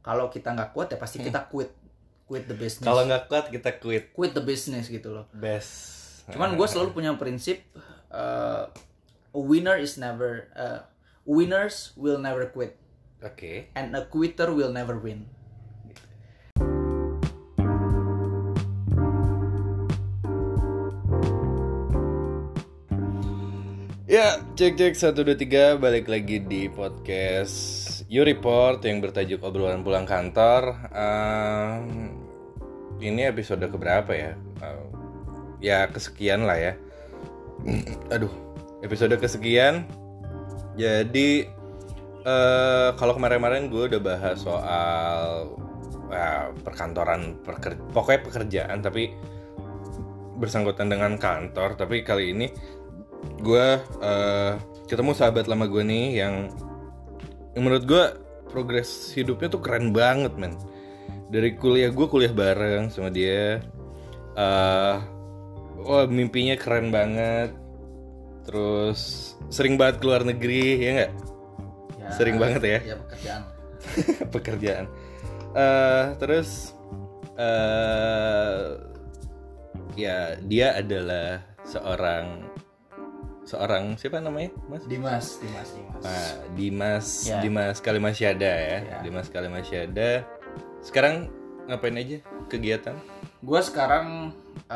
Kalau kita nggak kuat ya pasti kita quit the business. Kalau nggak kuat kita quit the business gitu loh. best. Cuman gue selalu punya prinsip a winner is never winners will never quit. Oke. And a quitter will never win. Ya, cek 1 2 3 balik lagi di podcast You Report yang bertajuk obrolan pulang kantor. Ini episode keberapa ya? Ya kesekian lah ya. Aduh, episode kesekian. Jadi kalau kemarin-kemarin gue udah bahas soal perkantoran, pokoknya pekerjaan tapi bersangkutan dengan kantor. Tapi kali ini gue ketemu sahabat lama gue nih yang menurut gue progres hidupnya tuh keren banget men. Dari kuliah bareng sama dia. Mimpinya keren banget. Terus sering banget keluar negeri, ya nggak? Ya, sering banget ya? Ya pekerjaan. Pekerjaan. Terus ya dia adalah seorang siapa namanya, Mas? Dimas. Nah, Dimas, ya. Dimas Kalimasyada ya. Dimas Kalimasyada. Sekarang ngapain aja kegiatan? Gue sekarang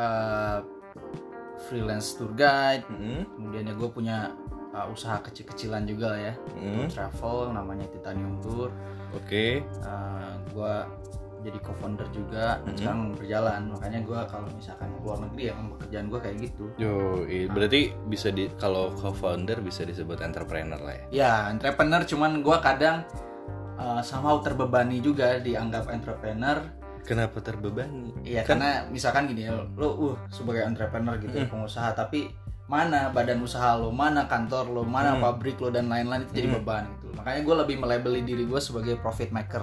freelance tour guide. Kemudian ya gue punya usaha kecil-kecilan juga lah ya. Travel namanya Titanium Tour. Oke. Gue jadi co-founder juga dan sekarang berjalan. Makanya gue kalau misalkan keluar negeri ya pekerjaan gue kayak gitu. Berarti bisa kalau co-founder bisa disebut entrepreneur lah ya? Ya, entrepreneur, cuman gue kadang somehow terbebani juga dianggap entrepreneur. Kenapa terbebani? Iya kan? Karena misalkan gini ya, lo sebagai entrepreneur gitu, pengusaha, tapi mana badan usaha lo, mana kantor lo, mana pabrik lo dan lain-lain itu jadi beban gitu. Makanya gue lebih melabeli diri gue sebagai profit maker.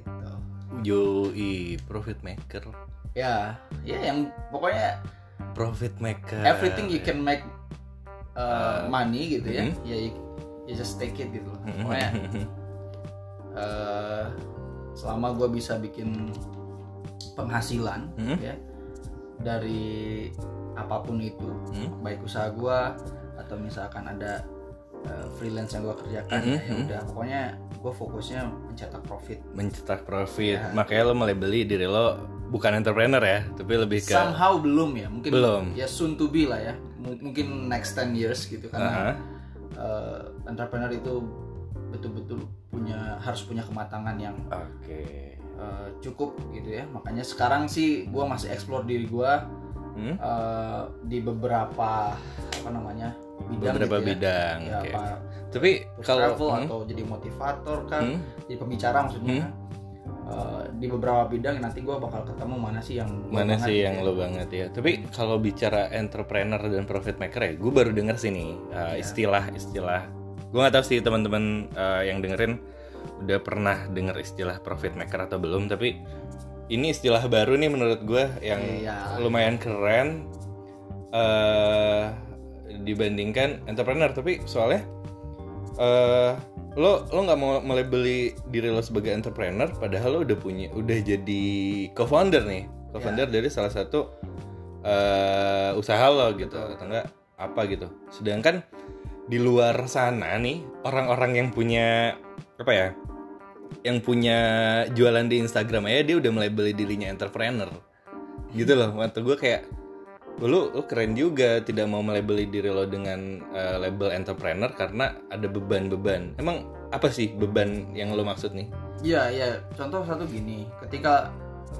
Profit maker. Ya yang pokoknya profit maker. Everything you can make money gitu ya. Ya you just take it gitu loh. Pokoknya selama gue bisa bikin penghasilan ya dari apapun itu, baik usaha gue atau misalkan ada freelance yang gue kerjakan, ya udah pokoknya gue fokusnya mencetak profit ya. Makanya lo melabeli diri lo bukan entrepreneur ya, tapi lebih ke somehow belum ya, mungkin belum ya soon to be lah ya, mungkin next 10 years gitu, karena entrepreneur itu betul-betul harus punya kematangan yang cukup gitu ya. Makanya sekarang sih gue masih explore diri gue di beberapa bidang ya, tapi kalau travel atau jadi motivator kan, jadi pembicara maksudnya. Di beberapa bidang nanti gue bakal ketemu mana sih yang lo banget ya. Tapi kalau bicara entrepreneur dan profit maker ya, gue baru denger sih nih istilah gue nggak tahu sih teman-teman yang dengerin udah pernah denger istilah profit maker atau belum, tapi ini istilah baru nih menurut gue yang lumayan keren dibandingkan entrepreneur. Tapi soalnya lo nggak mau melabeli diri lo sebagai entrepreneur padahal lo udah jadi co-founder nih, dari salah satu usaha lo gitu. Betul. Atau enggak apa gitu. Sedangkan di luar sana nih orang-orang yang punya yang punya jualan di Instagram aja dia udah melabeli dirinya entrepreneur gitu loh. Maksud gue kayak lu keren juga tidak mau melabeli diri lo dengan label entrepreneur karena ada beban-beban. Emang apa sih beban yang lo maksud nih? Iya, contoh satu gini, ketika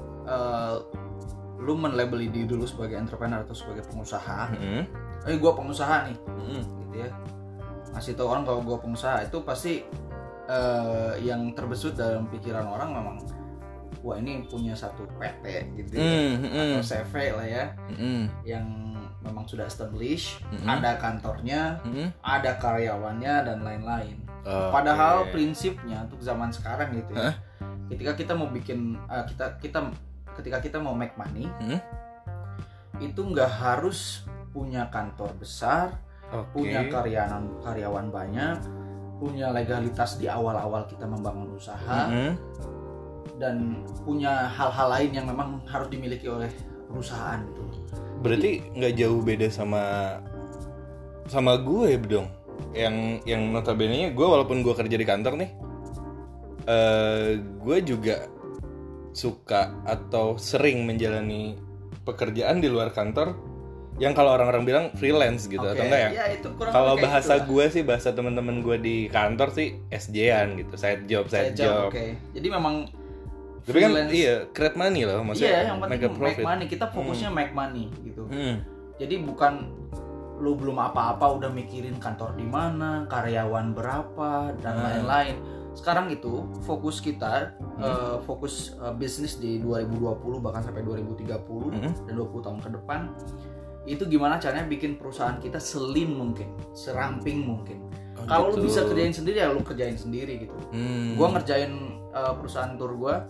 lu melabeli diri dulu sebagai entrepreneur atau sebagai pengusaha, gue pengusaha nih, gitu ya, ngasih tau orang kalau gue pengusaha, itu pasti yang terbesit dalam pikiran orang memang, wah ini punya satu PT gitu ya, atau CV lah ya, yang memang sudah established, ada kantornya, ada karyawannya dan lain-lain. Padahal prinsipnya untuk zaman sekarang gitu ya, ketika kita mau bikin ketika kita mau make money, itu nggak harus punya kantor besar, punya karyawan banyak, punya legalitas di awal-awal kita membangun usaha. dan punya hal-hal lain yang memang harus dimiliki oleh perusahaan gitu. Berarti nggak jauh beda sama gue dong. Yang notabene gue walaupun gue kerja di kantor nih, gue juga suka atau sering menjalani pekerjaan di luar kantor yang kalau orang-orang bilang freelance gitu, atau enggak ya? Ya itu kurang kalau lebih kayak bahasa gitu gue sih, bahasa teman-teman gue di kantor sih SJ-an gitu, side job. Okay. Jadi memang tapi kan iya create money loh, maksudnya yang penting make money. Kita fokusnya make money gitu. Jadi bukan lu belum apa-apa udah mikirin kantor di mana, karyawan berapa dan lain-lain. Sekarang itu fokus kita fokus bisnis di 2020 bahkan sampai 2030 dan 20 tahun ke depan. Itu gimana caranya bikin perusahaan kita selean mungkin, seramping mungkin. Kalau lu bisa kerjain sendiri ya lu kerjain sendiri gitu. Gua ngerjain perusahaan tour gua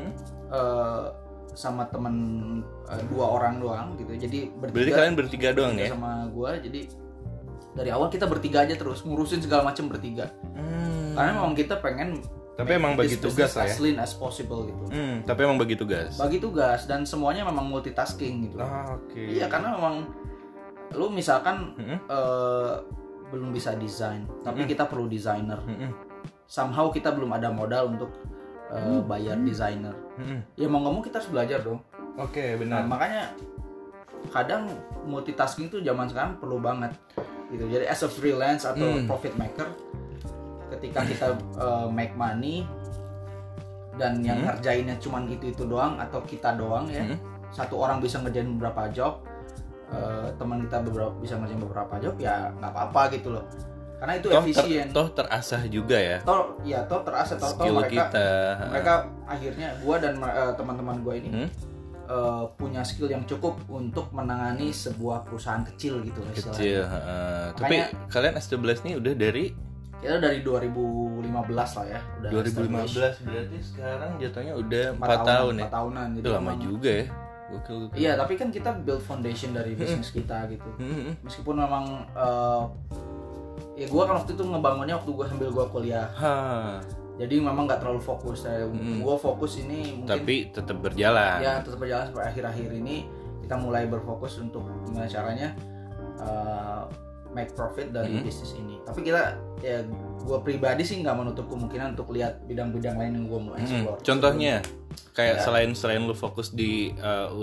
sama temen 2 orang doang gitu. Jadi bertiga. Berarti kalian bertiga doang ya? Sama gua. Jadi dari awal kita bertiga aja terus ngurusin segala macam bertiga. Karena memang kita pengen emang bagi tugas lah ya. As lean as possible gitu. Tapi emang bagi tugas. Bagi tugas dan semuanya memang multitasking gitu. Okay. Iya, karena memang lu misalkan belum bisa desain, tapi kita perlu desainer. Somehow kita belum ada modal untuk bayar desainer. Ya mau nggak mau kita harus belajar dong. Oke, benar. Nah, makanya kadang multitasking tuh zaman sekarang perlu banget gitu. Jadi as a freelance atau profit maker, ketika kita make money dan yang ngerjainnya cuman itu doang atau kita doang ya, satu orang bisa ngerjain beberapa job, teman kita bisa ngerjain beberapa job, ya nggak apa-apa gitu loh, karena itu efisien. Toh terasah juga ya. Toh terasah. Toh mereka akhirnya gua dan teman-teman gua ini punya skill yang cukup untuk menangani sebuah perusahaan kecil gitu kecil. Tapi kalian S12 nih udah dari kita dari 2015 lah ya. Udah 2015 berarti sekarang jatuhnya udah 4 tahun ya. 4 tahunan gitu. Itu lama juga ya. Gokil. Iya, tapi kan kita build foundation dari bisnis kita gitu. Meskipun memang ya gue kan waktu itu ngebangunnya waktu gue sambil gue kuliah. Jadi memang nggak terlalu fokus. Gue fokus ini mungkin. Tapi tetap berjalan. Ya tetap berjalan sampai akhir-akhir ini kita mulai berfokus untuk gimana caranya make profit dari bisnis ini. Tapi kita ya gue pribadi sih nggak menutup kemungkinan untuk lihat bidang-bidang lain yang gue mau explore. Contohnya kayak selain lu fokus di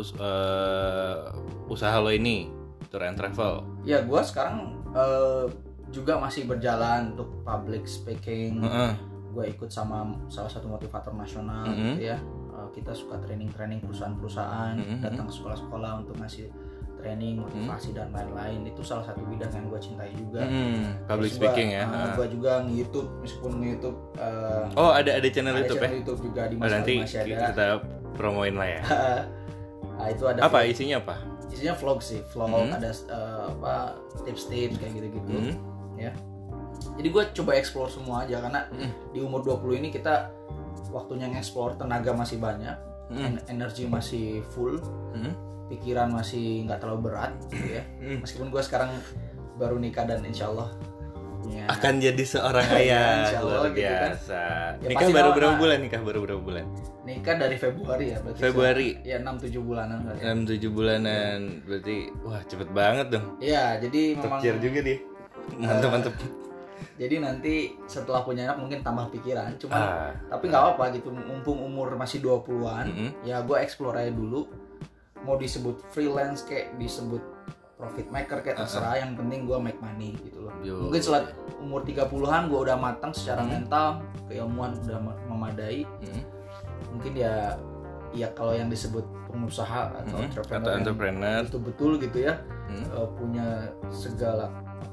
usaha lo ini tour and travel. Ya gue sekarang juga masih berjalan untuk public speaking. Gue ikut sama salah satu motivator nasional gitu ya. Kita suka training perusahaan-perusahaan, datang ke sekolah-sekolah untuk ngasih training, motivasi dan lain-lain. Itu salah satu bidang yang gue cintai juga. Public speaking ya. Gue juga nge-YouTube, meskipun nge-YouTube. Ada channel YouTube ya. YouTube juga di nanti kita promoin lah ya. Nah, itu ada. Apa vlog. Isinya apa? Isinya vlog sih, ada tips-tips kayak gitu-gitu. Ya. Jadi gue coba explore semua aja karena di umur 20 ini kita waktunya nge-explore, tenaga masih banyak, energi masih full. Pikiran masih nggak terlalu berat gitu ya. Meskipun gue sekarang baru nikah dan insya Allah akan jadi seorang ayah luar biasa. Gitu kan. Nikah baru berapa bulan? Nikah dari Februari ya. Februari? Ya 6-7 bulanan. 6-7 bulanan, berarti wah cepet banget dong. Iya, jadi memang Terciar juga nih. Mantep. Jadi nanti setelah punya anak mungkin tambah pikiran. Cuma tapi nggak apa-apa gitu. Mumpung umur masih 20-an, ya gue explore aja dulu. Mau disebut freelance kayak disebut profit maker kayak terserah, yang penting gue make money gitu loh. Mungkin setelah umur 30-an gue udah matang secara mental, keilmuan udah memadai. Mungkin ya kalau yang disebut pengusaha atau entrepreneur itu betul gitu ya, punya segala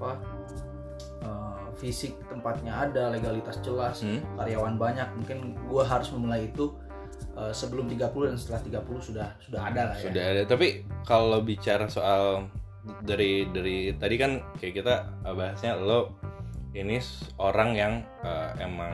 fisik tempatnya ada, legalitas jelas, karyawan banyak. Mungkin gue harus memulai itu sebelum 30 dan setelah 30 sudah ada lah ya. Sudah ada. Tapi kalau bicara soal dari tadi kan kayak kita bahasnya lo ini orang yang emang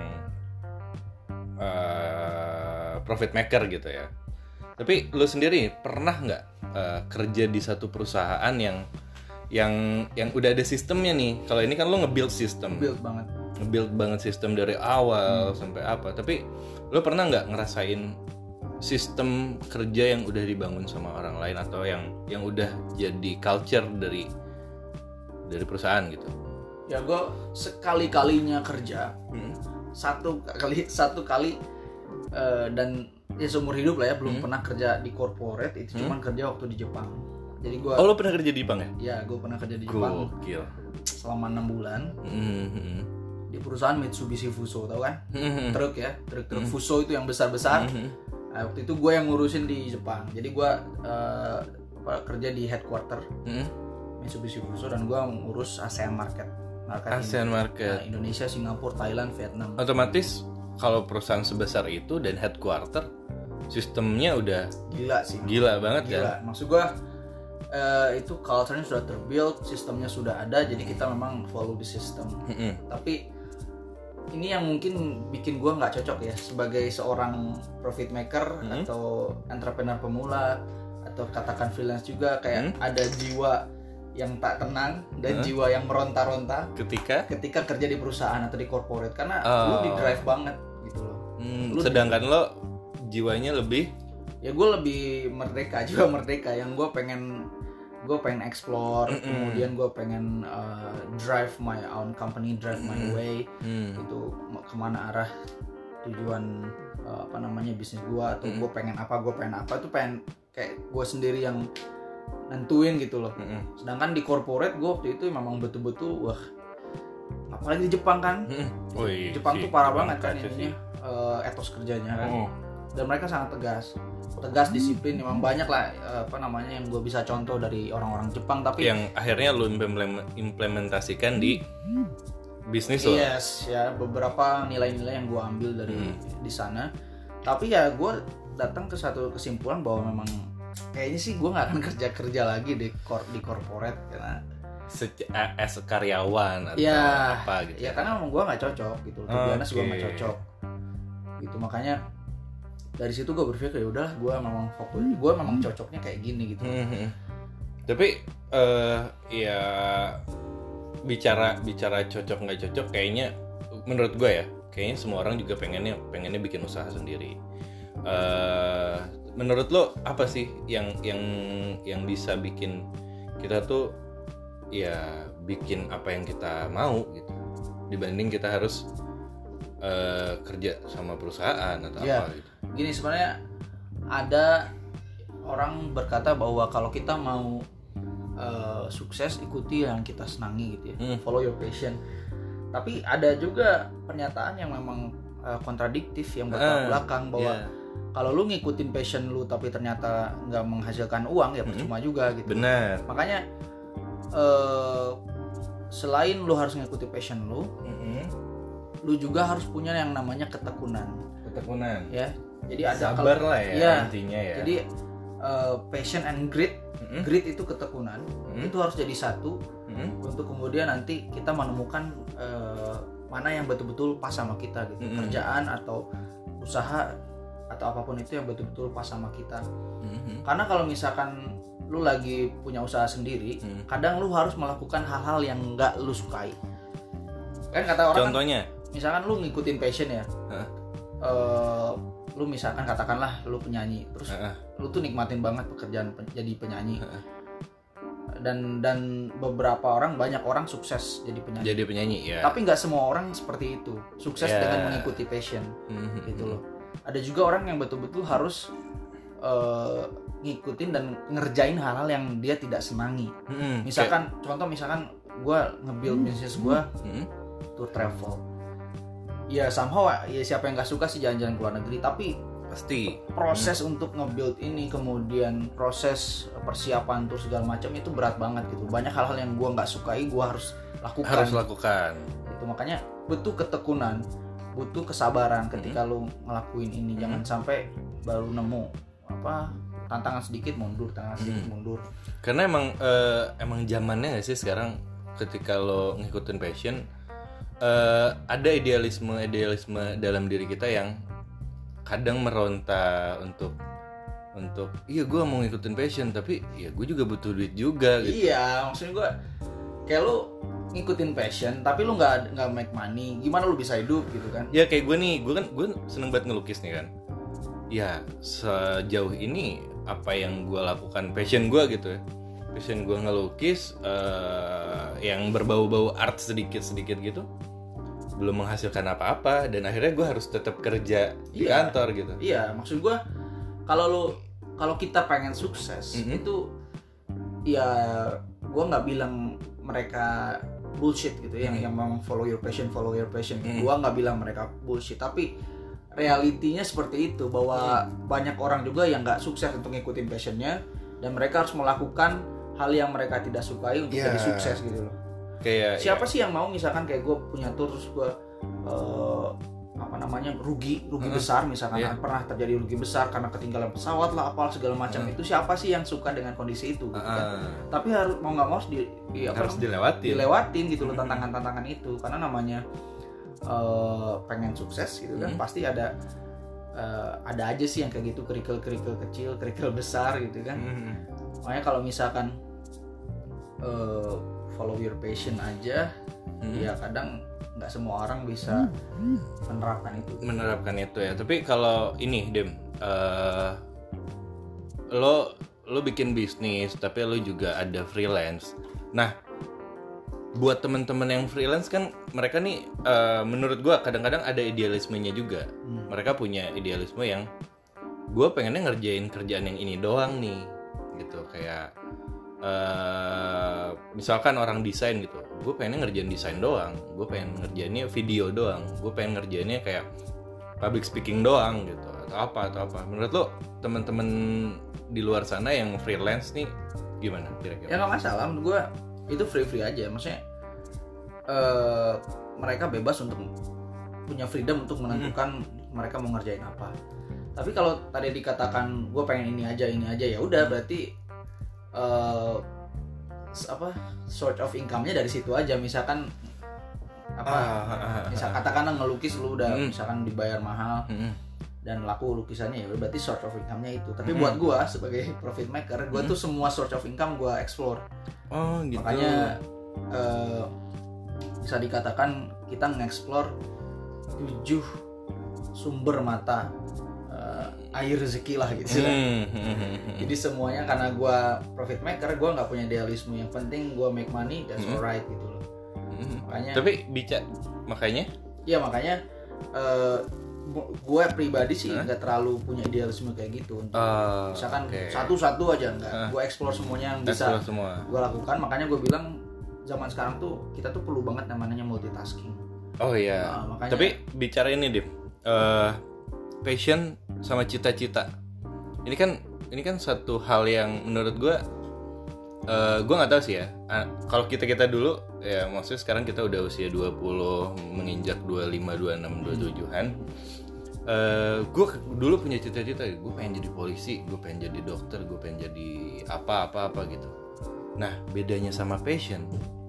profit maker gitu ya. Tapi lo sendiri pernah nggak kerja di satu perusahaan yang udah ada sistemnya nih? Kalau ini kan lo nge-build sistem. Nge-build banget sistem dari awal sampai apa. Tapi lo pernah nggak ngerasain sistem kerja yang udah dibangun sama orang lain atau yang udah jadi culture dari perusahaan gitu? Ya gue sekali-kalinya kerja satu kali dan ya seumur hidup lah ya belum pernah kerja di corporate, itu cuman kerja waktu di Jepang. Jadi gue lo pernah kerja di Jepang ya? Ya gue pernah kerja di Jepang. Gokil. Selama 6 bulan di perusahaan Mitsubishi Fuso, tau kan? Truk Fuso itu yang besar-besar. Nah, waktu itu gue yang ngurusin di Jepang. Jadi gue kerja di headquarter Mitsubishi Fuso dan gue ngurus ASEAN market. ASEAN market. Nah, Indonesia, Singapura, Thailand, Vietnam. Otomatis kalau perusahaan sebesar itu dan headquarter, sistemnya udah gila banget. Kan? Maksud gue itu culture-nya sudah terbuild, sistemnya sudah ada, jadi kita memang follow the system. Tapi ini yang mungkin bikin gue nggak cocok ya sebagai seorang profit maker atau entrepreneur pemula atau katakan freelance juga, kayak ada jiwa yang tak tenang dan jiwa yang meronta-ronta ketika kerja di perusahaan atau di corporate, karena lu di drive banget gitu loh. Sedangkan lo jiwanya lebih, ya gue lebih merdeka, jiwa merdeka yang gue pengen explore, kemudian gue pengen drive my own company, drive my way, itu kemana arah tujuan bisnis gue, atau gue pengen apa itu pengen kayak gue sendiri yang nentuin gitu loh. Sedangkan di corporate gue waktu itu memang betul-betul apalagi di Jepang kan, Jepang tuh parah banget kan ininya, etos kerjanya kan. Dan mereka sangat tegas, disiplin. Memang banyak lah yang gue bisa contoh dari orang-orang Jepang, tapi yang akhirnya lu implementasikan di bisnis lo. Yes, ya beberapa nilai-nilai yang gue ambil dari di sana. Tapi ya gue datang ke satu kesimpulan bahwa memang kayaknya sih gue nggak akan kerja lagi di corporate, karena as karyawan atau apa gitu. Ya karena memang gue nggak cocok gitu. Biasanya gue nggak cocok gitu. Makanya dari situ gue berpikir ya udah, gue memang fokus, gue memang cocoknya kayak gini gitu. Tapi ya bicara cocok nggak cocok, kayaknya menurut gue ya, kayaknya semua orang juga pengennya bikin usaha sendiri. Menurut lo apa sih yang bisa bikin kita tuh ya bikin apa yang kita mau gitu, dibanding kita harus kerja sama perusahaan atau apa gitu? Gini, sebenarnya ada orang berkata bahwa kalau kita mau sukses, ikuti yang kita senangi gitu ya, follow your passion. Tapi ada juga pernyataan yang memang kontradiktif, yang bertolak belakang, bahwa kalau lu ngikutin passion lu tapi ternyata nggak menghasilkan uang, ya percuma juga gitu. Benar. Makanya selain lu harus ngikuti passion lu, lu juga harus punya yang namanya ketekunan. Ya, jadi ada sabar lah ya intinya ya. Jadi passion and grit, grit itu ketekunan, itu harus jadi satu untuk kemudian nanti kita menemukan mana yang betul-betul pas sama kita gitu. Kerjaan atau usaha atau apapun itu yang betul-betul pas sama kita. Karena kalau misalkan lu lagi punya usaha sendiri, kadang lu harus melakukan hal-hal yang nggak lu sukai. Kan kata orang, contohnya misalkan lu ngikutin passion ya, lu misalkan katakanlah lu penyanyi, terus lu tuh nikmatin banget pekerjaan jadi penyanyi, dan beberapa orang, banyak orang sukses jadi penyanyi ya. Tapi nggak semua orang seperti itu sukses dengan mengikuti passion gitu loh. Ada juga orang yang betul-betul harus ngikutin dan ngerjain hal-hal yang dia tidak senangi. Misalkan contoh, misalkan gue nge-build bisnis gue tour travel. Ya somehow ya siapa yang nggak suka sih jalan-jalan ke luar negeri, tapi pasti proses untuk nge-build ini, kemudian proses persiapan tour segala macam itu berat banget gitu. Banyak hal-hal yang gue nggak sukai, gue harus lakukan. Itu makanya butuh ketekunan, butuh kesabaran ketika lu ngelakuin ini. Jangan sampai baru nemu tantangan sedikit mundur. Karena emang zamannya nggak sih sekarang, ketika lo ngikutin passion, ada idealisme dalam diri kita yang kadang meronta untuk iya gue mau ngikutin passion, tapi ya gue juga butuh duit juga gitu. Iya, maksudnya gue kayak lu ngikutin passion tapi lu nggak make money, gimana lu bisa hidup gitu kan? Ya kayak gue nih, gue seneng banget ngelukis nih kan. ya sejauh ini apa yang gue lakukan, passion gue gitu ya, passion gue ngelukis yang berbau-bau art sedikit-sedikit gitu, belum menghasilkan apa-apa, dan akhirnya gue harus tetap kerja di kantor gitu. Iya, maksud gue kalau kita pengen sukses itu ya gue nggak bilang mereka bullshit gitu yang memang follow your passion. Gue nggak bilang mereka bullshit, tapi realitinya seperti itu, bahwa banyak orang juga yang nggak sukses untuk ngikutin passionnya, dan mereka harus melakukan hal yang mereka tidak sukai untuk jadi sukses gitu loh. Kayak siapa sih yang mau misalkan kayak gue punya tour terus gue rugi besar misalkan, pernah terjadi rugi besar karena ketinggalan pesawat lah apalah segala macam, itu siapa sih yang suka dengan kondisi itu gitu kan? Tapi harus mau nggak mau harus dilewatin gitu loh tantangan itu, karena namanya pengen sukses gitu kan, pasti ada aja sih yang kayak gitu, kerikil kecil, kerikil besar gitu kan. Makanya kalau misalkan follow your passion aja, ya kadang nggak semua orang bisa menerapkan itu ya. Tapi kalau ini Dem, lo bikin bisnis tapi lo juga ada freelance. Nah, buat teman-teman yang freelance kan mereka nih menurut gue kadang-kadang ada idealismenya juga. Mereka punya idealisme yang gue pengennya ngerjain kerjaan yang ini doang nih gitu, kayak misalkan orang desain gitu, gue pengennya ngerjain desain doang, gue pengen ngerjainnya video doang, gue pengen ngerjainnya kayak public speaking doang gitu, atau apa. Menurut lo teman-teman di luar sana yang freelance nih gimana kira-kira? Ya nggak masalah, menurut gue itu free aja, maksudnya mereka bebas untuk punya freedom untuk menentukan mereka mau ngerjain apa. Tapi kalau tadi dikatakan gue pengen ini aja ya udah, berarti source of income-nya dari situ aja. Misalkan misal katakanlah ngelukis lu udah misalkan dibayar mahal dan laku lukisannya, ya berarti source of income-nya itu. Tapi buat gue sebagai profit maker, gue tuh semua source of income gue explore. Gitu. Makanya bisa dikatakan kita nge-explore 7 sumber mata air rezeki lah gitu. Jadi semuanya, karena gue profit maker, gue nggak punya idealisme, yang penting gue make money, that's alright gitu loh. Makanya. Tapi makanya gue pribadi sih nggak terlalu punya idealisme kayak gitu. Misalkan satu-satu aja nggak, gue explore semuanya yang bisa gue lakukan. Makanya gue bilang zaman sekarang tuh kita tuh perlu banget namanya multitasking. Oh iya. Makanya. Tapi bicara ini Dim, passion sama cita-cita. Ini kan satu hal yang menurut gue nggak tahu sih ya. Kalau kita dulu ya, maksudnya sekarang kita udah usia 20 menginjak 25, 26, 27-an. Gue dulu punya cita-cita, gue pengen jadi polisi, gue pengen jadi dokter, gue pengen jadi apa gitu. Nah, bedanya sama passion,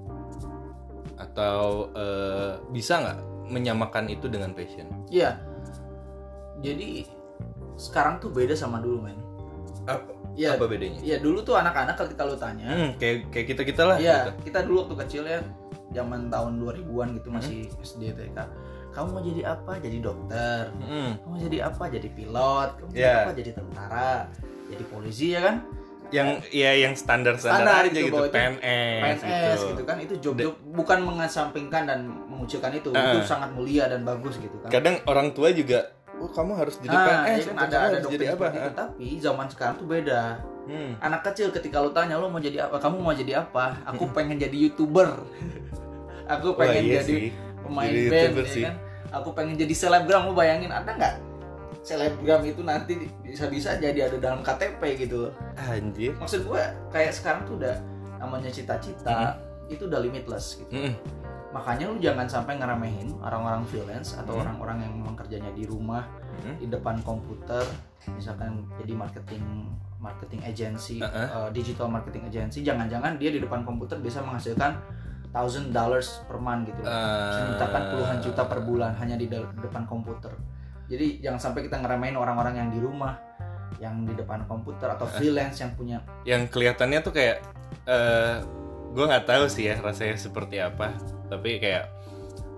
atau bisa nggak menyamakan itu dengan passion? Iya. Jadi sekarang tuh beda sama dulu, men. Apa bedanya? Iya, dulu tuh anak-anak ketika lu tanya, kayak kita lah. Iya, gitu. kita dulu waktu kecil ya, zaman tahun 2000-an gitu, masih SD TK. Kamu mau jadi apa? Jadi dokter. Kamu mau jadi apa? Jadi pilot. Kamu mau jadi apa? Jadi tentara. Jadi polisi, ya kan? Yang standar aja gitu, PNS gitu kan. Itu job bukan mengesampingkan dan mengucilkan itu. Itu sangat mulia dan bagus gitu kan. Kadang orang tua juga, kamu harus jadi PNS, ya kan, ada doktrin seperti itu. Tapi zaman sekarang tuh beda. Anak kecil ketika lu tanya lu mau jadi apa, kamu mau jadi apa? Aku pengen jadi YouTuber. Aku pengen jadi pemain band, ya kan? Aku pengen jadi selebgram. Lu bayangin, ada nggak selebgram itu nanti bisa jadi ada dalam KTP gitu loh. Anjir. Maksud gue kayak sekarang tuh udah namanya cita-cita itu udah limitless gitu. Makanya lu jangan sampai ngeremehin orang-orang freelance atau orang-orang yang memang kerjanya di rumah, di depan komputer, misalkan jadi marketing agency, digital marketing agency. Jangan-jangan dia di depan komputer bisa menghasilkan $1,000 per month gitu, misalkan puluhan juta per bulan hanya di depan komputer. Jadi jangan sampai kita ngeremehin orang-orang yang di rumah, yang di depan komputer, atau freelance yang punya. Yang kelihatannya tuh kayak gue nggak tahu sih ya rasanya seperti apa, tapi kayak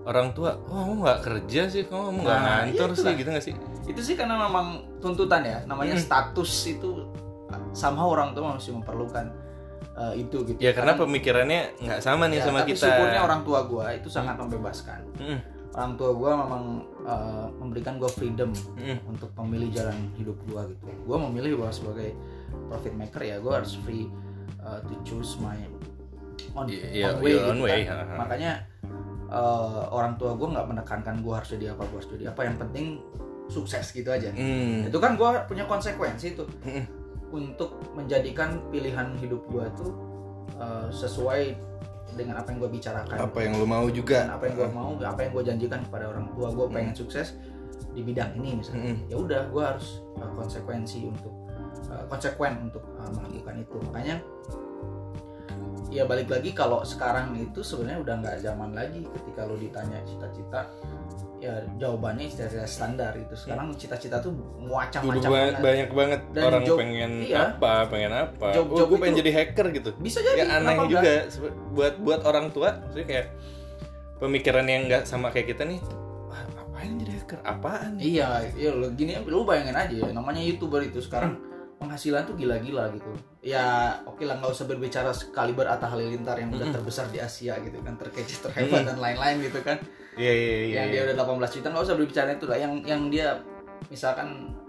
orang tua, kamu nggak kerja sih, kamu nggak ngantor sih, gitu nggak sih? Itu sih karena memang tuntutan ya, namanya status itu somehow orang tua masih memerlukan itu gitu. Ya karena pemikirannya nggak sama nih sama tapi kita. syukurnya orang tua gue itu sangat membebaskan. Orang tua gue memang memberikan gue freedom untuk memilih jalan hidup gue gitu. Gue memilih bahwa sebagai profit maker ya gue harus free to choose my own way gitu kan. Makanya orang tua gue nggak menekankan gue harus jadi apa, gue harus jadi apa, yang penting sukses gitu aja. Itu kan gue punya konsekuensi tuh untuk menjadikan pilihan hidup gue tuh sesuai dengan apa yang gue bicarakan, apa yang lo mau juga, dan apa yang gue mau, apa yang gue janjikan kepada orang tua gue. Pengen sukses di bidang ini misalnya, ya udah gue harus konsekuen untuk melakukan itu. Makanya ya balik lagi, kalau sekarang itu sebenarnya udah nggak zaman lagi. Ketika lo ditanya cita-cita, ya jawabannya cita-cita standar itu. Sekarang cita-cita tuh macam-macam banyak banget. Dan orang pengen apa gue pengen jadi hacker gitu. Bisa jadi, ya aneh juga buat orang tua. Maksudnya kayak pemikiran yang nggak sama kayak kita nih, apain jadi hacker, apaan? Iya lo gini, lo bayangin aja ya, namanya YouTuber itu sekarang penghasilan tuh gila-gila gitu. Ya oke lah, nggak usah berbicara kaliber Atta Halilintar yang udah terbesar di Asia gitu kan, terkece, terhebat dan lain-lain gitu kan. Iya. Yang dia udah 18 juta, nggak usah berbicara itu lah. Yang dia misalkan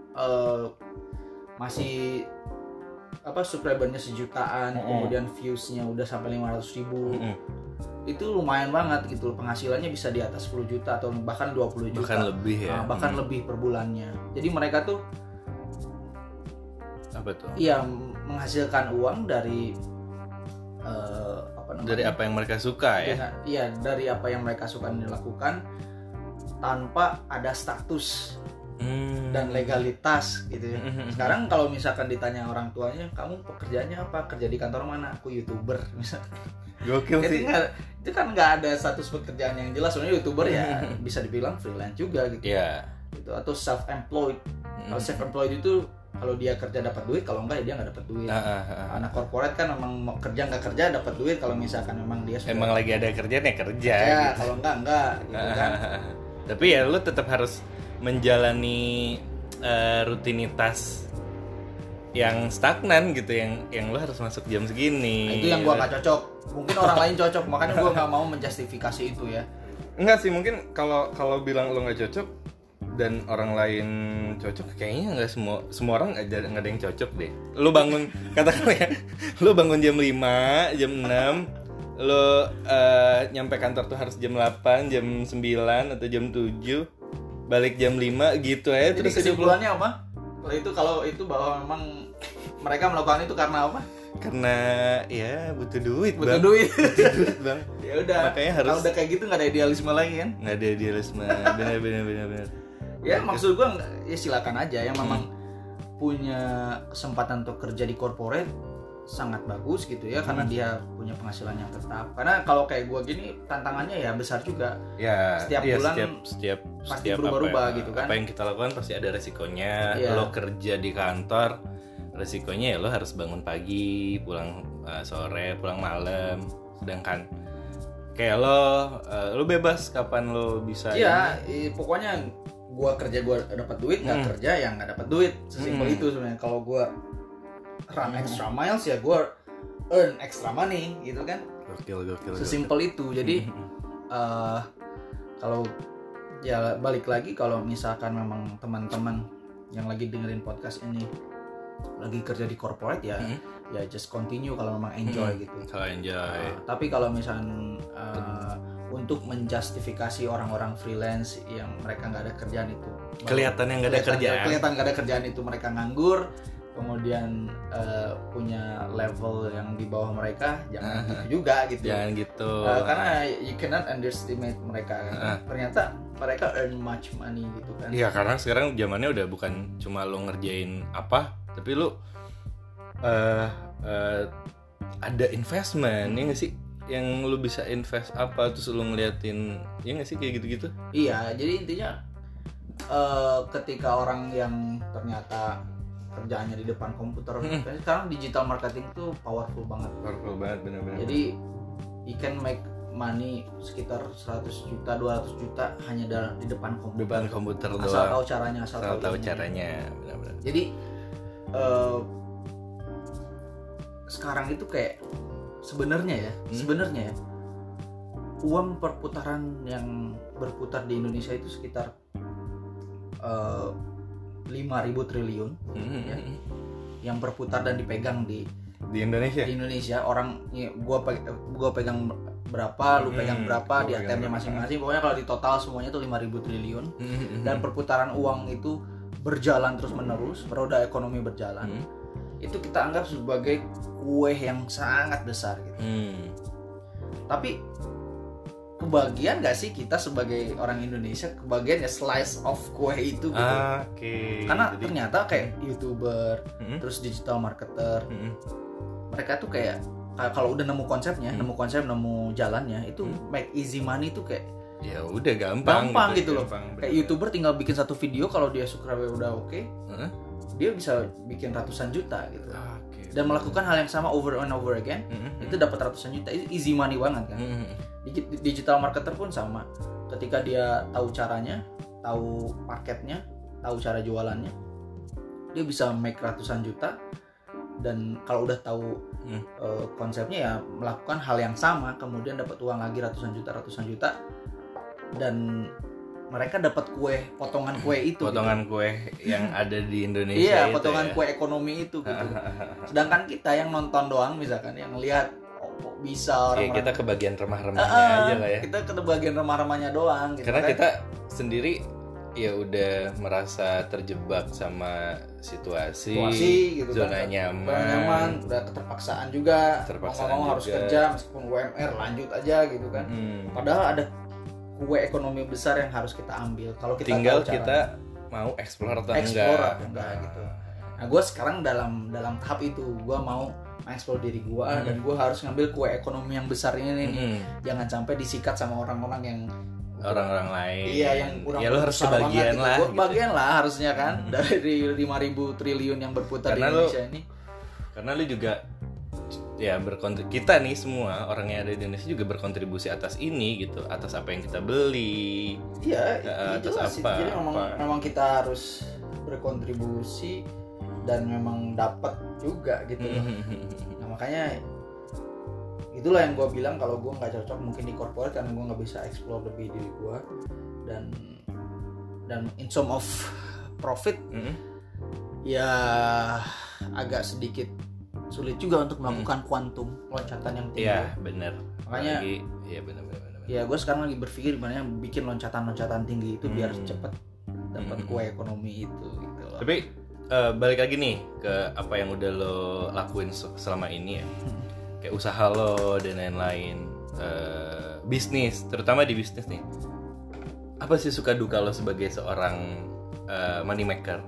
masih subscribernya 1 jutaan, kemudian viewsnya udah sampai 500.000. Itu lumayan banget gitu. Penghasilannya bisa di atas 10 juta atau bahkan 20 juta. Bahkan lebih ya. Bahkan lebih per bulannya. Jadi mereka tuh apa tuh? Iya, menghasilkan uang dari dari apa yang mereka suka ya. Iya, dari apa yang mereka suka dilakukan tanpa ada status dan legalitas gitu ya. Sekarang kalau misalkan ditanya orang tuanya, kamu pekerjaannya apa? Kerja di kantor mana? Aku YouTuber misalnya. Gokil sih. Itu kan nggak ada status pekerjaan yang jelas. Sebenarnya YouTuber ya bisa dibilang freelance juga gitu. Iya. Gitu, atau self-employed. Kalau self-employed itu kalau dia kerja dapat duit, kalau enggak ya dia nggak dapat duit. Anak korporat kan memang mau kerja nggak kerja dapat duit. Kalau misalkan memang dia sudah emang lagi ada kerjaan ya kerja. Ya, gitu. kalau enggak gitu kan. Tapi ya lu tetap harus menjalani rutinitas yang stagnan gitu, yang lu harus masuk jam segini. Nah, itu yang gua nggak cocok. Mungkin orang lain cocok, makanya gua nggak mau menjustifikasi itu ya. Enggak sih, mungkin kalau bilang lu nggak cocok dan orang lain cocok, kayaknya nggak semua orang nggak ada yang cocok deh. Lu bangun katakan ya, lu bangun jam 5, jam 6, lu nyampe kantor tuh harus jam 8, jam 9 atau jam 7, balik jam 5 gitu ya. Jadi kesimpulannya apa? Kalau itu bahwa memang mereka melakukan itu karena apa? Karena ya butuh duit bang. Bang. Ya udah. Makanya harus. Kalau udah kayak gitu nggak ada idealisme lagi kan? Nggak ada idealisme. Benar. Ya maksud gue ya silakan aja. Yang memang punya kesempatan untuk kerja di corporate sangat bagus gitu ya, karena dia punya penghasilan yang tetap. Karena kalau kayak gue gini tantangannya ya besar juga. Ya. Setiap bulan setiap pasti berubah-ubah gitu kan. Apa yang kita lakukan pasti ada resikonya. Lo kerja di kantor, resikonya ya lo harus bangun pagi, pulang sore, pulang malam. Sedangkan kayak lo bebas kapan lo bisa. Iya, pokoknya gue kerja gue dapat duit, nggak kerja yang nggak dapat duit. Sesimpel itu sebenarnya. Kalau gue run extra miles ya gue earn extra money gitu kan. Gokil. Sesimpel itu. Jadi kalau ya balik lagi, kalau misalkan memang teman-teman yang lagi dengerin podcast ini lagi kerja di corporate ya ya just continue kalau memang enjoy gitu. Kalau enjoy. Tapi kalau misalkan untuk menjustifikasi orang-orang freelance yang mereka nggak ada kerjaan itu, kelihatan nggak ada kerjaan itu mereka nganggur, kemudian punya level yang di bawah mereka, jangan gitu juga gitu. Jangan gitu. Karena you cannot underestimate mereka. Ternyata mereka earn much money gitu kan. Iya, karena sekarang zamannya udah bukan cuma lo ngerjain apa, tapi lo ada investment, ya nggak sih? Yang lo bisa invest apa, terus lo ngeliatin, ya nggak sih kayak gitu-gitu? Iya, jadi intinya ketika orang yang ternyata kerjaannya di depan komputer, sekarang digital marketing tuh powerful banget, benar-benar. Jadi you can make money sekitar 100 juta 200 juta hanya di depan komputer asal doang. tahu caranya asal tahu caranya benar-benar. Jadi sekarang itu kayak sebenarnya ya uang perputaran yang berputar di Indonesia itu sekitar 5.000 triliun ya, yang berputar dan dipegang di Indonesia. Di Indonesia orang gua pegang berapa, lu pegang berapa di ATM-nya masing-masing. Pokoknya kalau di total semuanya itu 5.000 triliun. Dan perputaran uang itu berjalan terus-menerus, roda ekonomi berjalan. Itu kita anggap sebagai kue yang sangat besar gitu. Tapi kebagian gak sih kita sebagai orang Indonesia kebagian ya slice of kue itu gitu. Karena ternyata kayak YouTuber, terus digital marketer, mereka tuh kayak kalau udah nemu konsepnya, nemu jalannya itu make easy money tuh kayak ya udah gampang gitu loh. Kayak YouTuber tinggal bikin satu video, kalau dia subscriber udah oke, dia bisa bikin ratusan juta gitu. Dan melakukan hal yang sama over and over again, itu dapat ratusan juta. Itu easy money banget kan. Digital marketer pun sama. Ketika dia tahu caranya, tahu marketnya, tahu cara jualannya, dia bisa make ratusan juta. Dan kalau udah tahu konsepnya ya melakukan hal yang sama, kemudian dapat uang lagi ratusan juta, dan mereka dapat potongan kue itu kue yang ada di Indonesia. Iya, potongan kue ekonomi itu gitu. Sedangkan kita yang nonton doang misalkan, yang lihat kok bisa orang kita kebagian remah-remahnya aja lah ya. Kita kebagian remah-remahnya doang gitu. Karena kita sendiri ya udah merasa terjebak sama situasi gitu, kan, zona nyaman, udah keterpaksaan juga, mau harus kerja meskipun UMR lanjut aja gitu kan. Padahal ada kue ekonomi besar yang harus kita ambil kalau kita tinggal tahu kita mau explore atau enggak gitu. Nah, gue sekarang dalam tahap itu, gue mau mengeksplor diri gue dan gue harus ngambil kue ekonomi yang besar ini nih. Jangan sampai disikat sama orang-orang yang orang-orang lain. Iya, yang kurang. Ya lo harus kebagian lah. Gue bagian lah harusnya kan dari 5.000 triliun yang berputar di Indonesia ini. Karena lu juga ya kita nih semua orang yang ada di Indonesia juga berkontribusi atas ini gitu, atas apa yang kita beli. Iya, atas jelas. apa. Jadi memang kita harus berkontribusi dan memang dapat juga gitu. Nah, makanya itulah yang gue bilang kalau gue nggak cocok mungkin di corporate karena gue nggak bisa explore lebih diri gue, dan in terms of profit ya agak sedikit sulit juga untuk melakukan kuantum loncatan yang tinggi. Iya benar. Makanya iya benar. Ya gue sekarang lagi berpikir gimana bikin loncatan tinggi itu biar cepet dapat kue ekonomi itu gitu loh. Tapi balik lagi nih ke apa yang udah lo lakuin selama ini ya, kayak usaha lo dan lain-lain, bisnis, terutama di bisnis nih. Apa sih suka duka lo sebagai seorang money maker?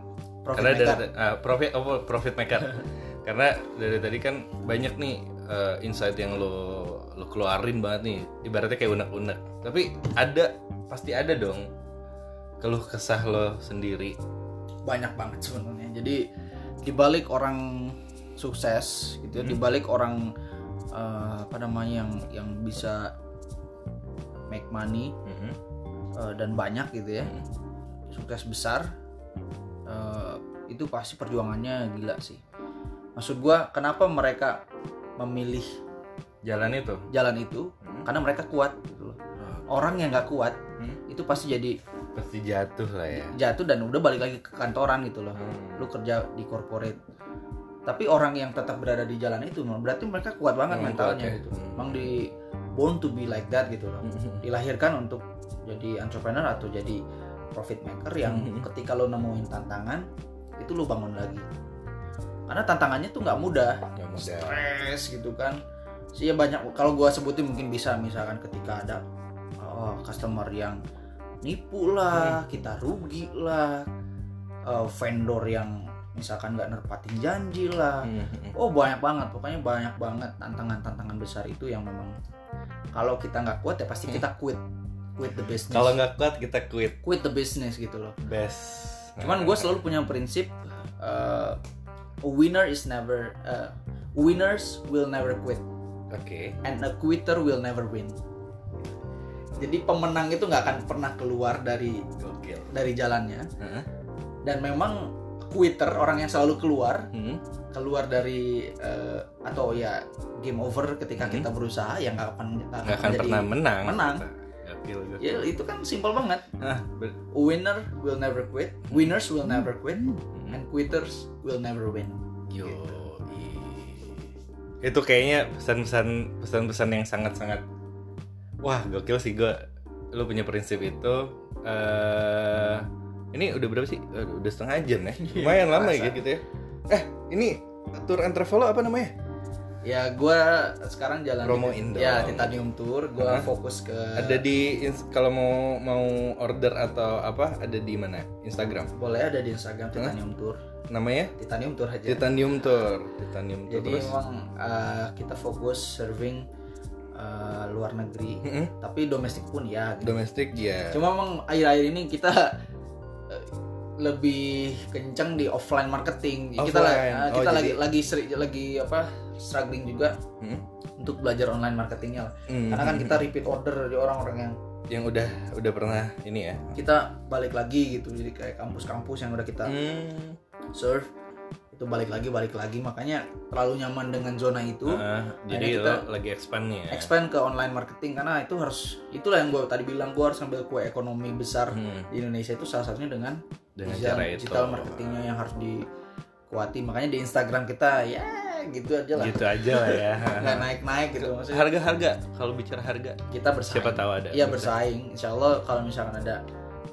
Profit maker. Karena dari tadi kan banyak nih insight yang lo keluarin banget nih, ibaratnya kayak unek-unek. Tapi pasti ada dong keluh kesah lo sendiri. Banyak banget sebenarnya. Jadi dibalik orang sukses gitu, dibalik orang yang bisa make money dan banyak gitu ya, sukses besar, itu pasti perjuangannya gila sih. Maksud gue, kenapa mereka memilih jalan itu? Karena mereka kuat gitu loh. Orang yang nggak kuat itu pasti jatuh lah ya. Jatuh dan udah balik lagi ke kantoran gitu loh. Lu kerja di corporate. Tapi orang yang tetap berada di jalan itu berarti mereka kuat banget mentalnya gitu. Emang di born to be like that gitu loh. Dilahirkan untuk jadi entrepreneur atau jadi profit maker yang ketika lo nemuin tantangan itu lo bangun lagi. Karena tantangannya tuh nggak mudah, stres gitu kan. Sih ya banyak. Kalau gue sebutin mungkin bisa, misalkan ketika ada customer yang nipu lah, kita rugi lah, vendor yang misalkan nggak nepatin janji lah. Banyak banget, pokoknya banyak banget tantangan besar itu yang memang kalau kita nggak kuat ya pasti kita quit the business. Kalau nggak kuat kita quit the business gitu loh. Best. Cuman gue selalu punya prinsip winners will never quit. Okay. And a quitter will never win. Jadi pemenang itu nggak akan pernah keluar dari jalannya. Dan memang quitter, orang yang selalu keluar dari atau ya game over ketika kita berusaha, yang nggak akan pernah menang. Ya itu kan simpel banget. Winner will never quit, winners will never quit, and quitters will never win. Itu kayaknya pesan-pesan yang sangat-sangat wah gokil sih. Lo punya prinsip itu. Ini udah berapa sih? Udah setengah jam ya. Lumayan lama ya gitu ya. Ini tour and travel apa namanya? Ya gue sekarang jalan promoin dong. Ya Titanium Tour. Gue fokus ke. Ada di kalau mau order atau apa, ada di mana? Instagram. Boleh, ada di Instagram Titanium Tour. Namanya? Titanium Tour aja. Titanium Tour. Jadi terus? Memang kita fokus serving luar negeri, tapi domestik pun ya. Gitu. Domestik ya. Cuma memang akhir-akhir ini kita lebih kencang di offline marketing. Kita lagi struggling juga untuk belajar online marketingnya lah. Karena kan kita repeat order dari orang-orang yang udah pernah ini ya. Kita balik lagi gitu. Jadi kayak kampus-kampus yang udah kita serve itu balik lagi, makanya terlalu nyaman dengan zona itu. Jadi kita lagi expand ke online marketing, karena itulah yang gue tadi bilang, gue harus ambil kue ekonomi besar di Indonesia itu salah satunya dengan digital marketingnya yang harus dikuati. Makanya di Instagram kita ya gitu aja lah ya. Nggak naik gitu maksudnya. Harga kalau bicara harga kita bersaing, siapa tahu ada bersaing. Insyaallah kalau misalkan ada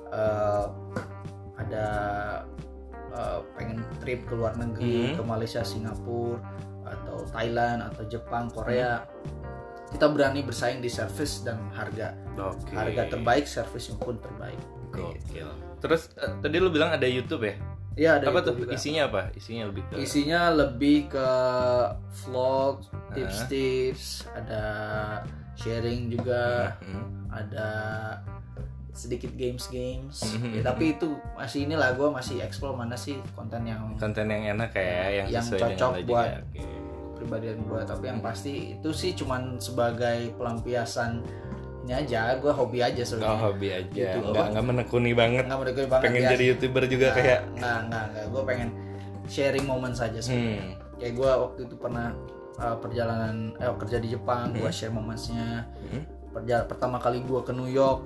pengen trip ke luar negeri, ke Malaysia, Singapura, atau Thailand, atau Jepang, Korea, kita berani bersaing di service dan harga. Harga terbaik, service yang pun terbaik. Gokil. Terus tadi lu bilang ada YouTube ya? Iya, ada apa YouTube tuh? juga. Isinya lebih ke vlog, tips-tips, ada sharing juga, ada sedikit games ya, tapi itu masih gue masih explore mana sih konten yang enak kayak yang cocok buat kepribadian gue. Tapi yang pasti itu sih cuman sebagai pelampiasan ini aja, gue hobi aja sebenarnya. Hobi aja gitu. nggak menekuni banget pengen jadi YouTuber juga. Nggak, gue pengen sharing momen saja sebenarnya. Kayak gue waktu itu pernah perjalanan kerja di Jepang, gue share momennya. Pertama kali gue ke New York,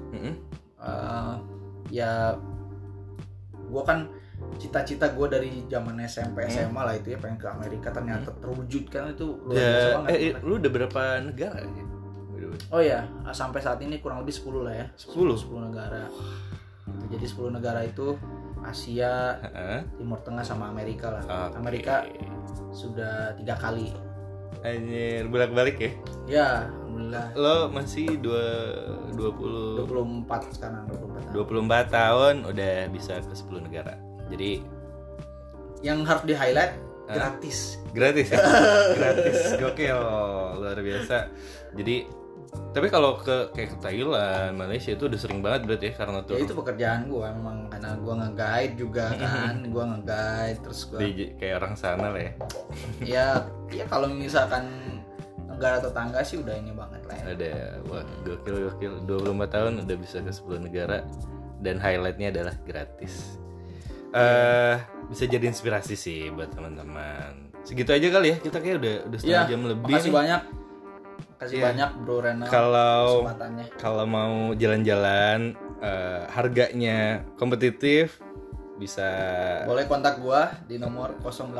ya gue kan cita-cita gue dari zaman SMP SMA lah itu ya, pengen ke Amerika, ternyata terwujud kan. Itu luar biasa banget. Lu udah berapa negara ya? Oh ya, sampai saat ini kurang lebih 10 lah ya. 10 negara. Jadi 10 negara itu Asia, Timur Tengah sama Amerika lah. Amerika sudah 3 kali. Anjir, bolak-balik ya? Ya, alhamdulillah. Lo masih 24 sekarang, 24 tahun udah bisa ke 10 negara. Jadi yang harus di highlight gratis ya? Gratis, gokil, luar biasa. Jadi tapi kalau kayak ke Thailand, Malaysia itu udah sering banget berarti ya, karena tuh ya itu pekerjaan gue memang, karena gue nge-guide juga kan. Gue nge-guide terus gue kayak orang sana lah ya. Ya kalau misalkan negara tetangga sih udah ini banget lah ya. Ada, wah gokil 24 tahun udah bisa ke 10 negara dan highlightnya adalah gratis. Bisa jadi inspirasi sih buat teman-teman. Segitu aja kali ya, kita kayak udah setengah jam lebih. Makasih banyak Bro Rena kesempatannya. Kalau mau jalan-jalan harganya kompetitif, bisa boleh kontak gua di nomor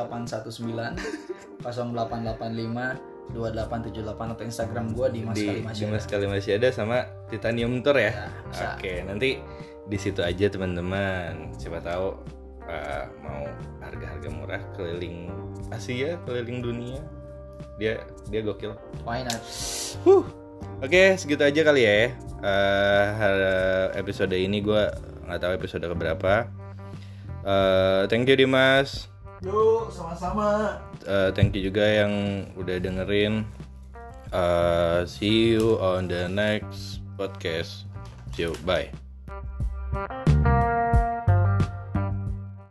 0819 0885 2878 atau Instagram gua di Mas Kali masih ada sama Titanium Tour ya. Oke, nanti di situ aja teman-teman. Siapa tahu mau harga-harga murah keliling Asia, keliling dunia. Dia gokil. Why not? Oke, segitu aja kali ya. Episode ini gue nggak tahu episode keberapa. Thank you Dimas. Yuk, sama-sama. Thank you juga yang udah dengerin. See you on the next podcast. See you, bye.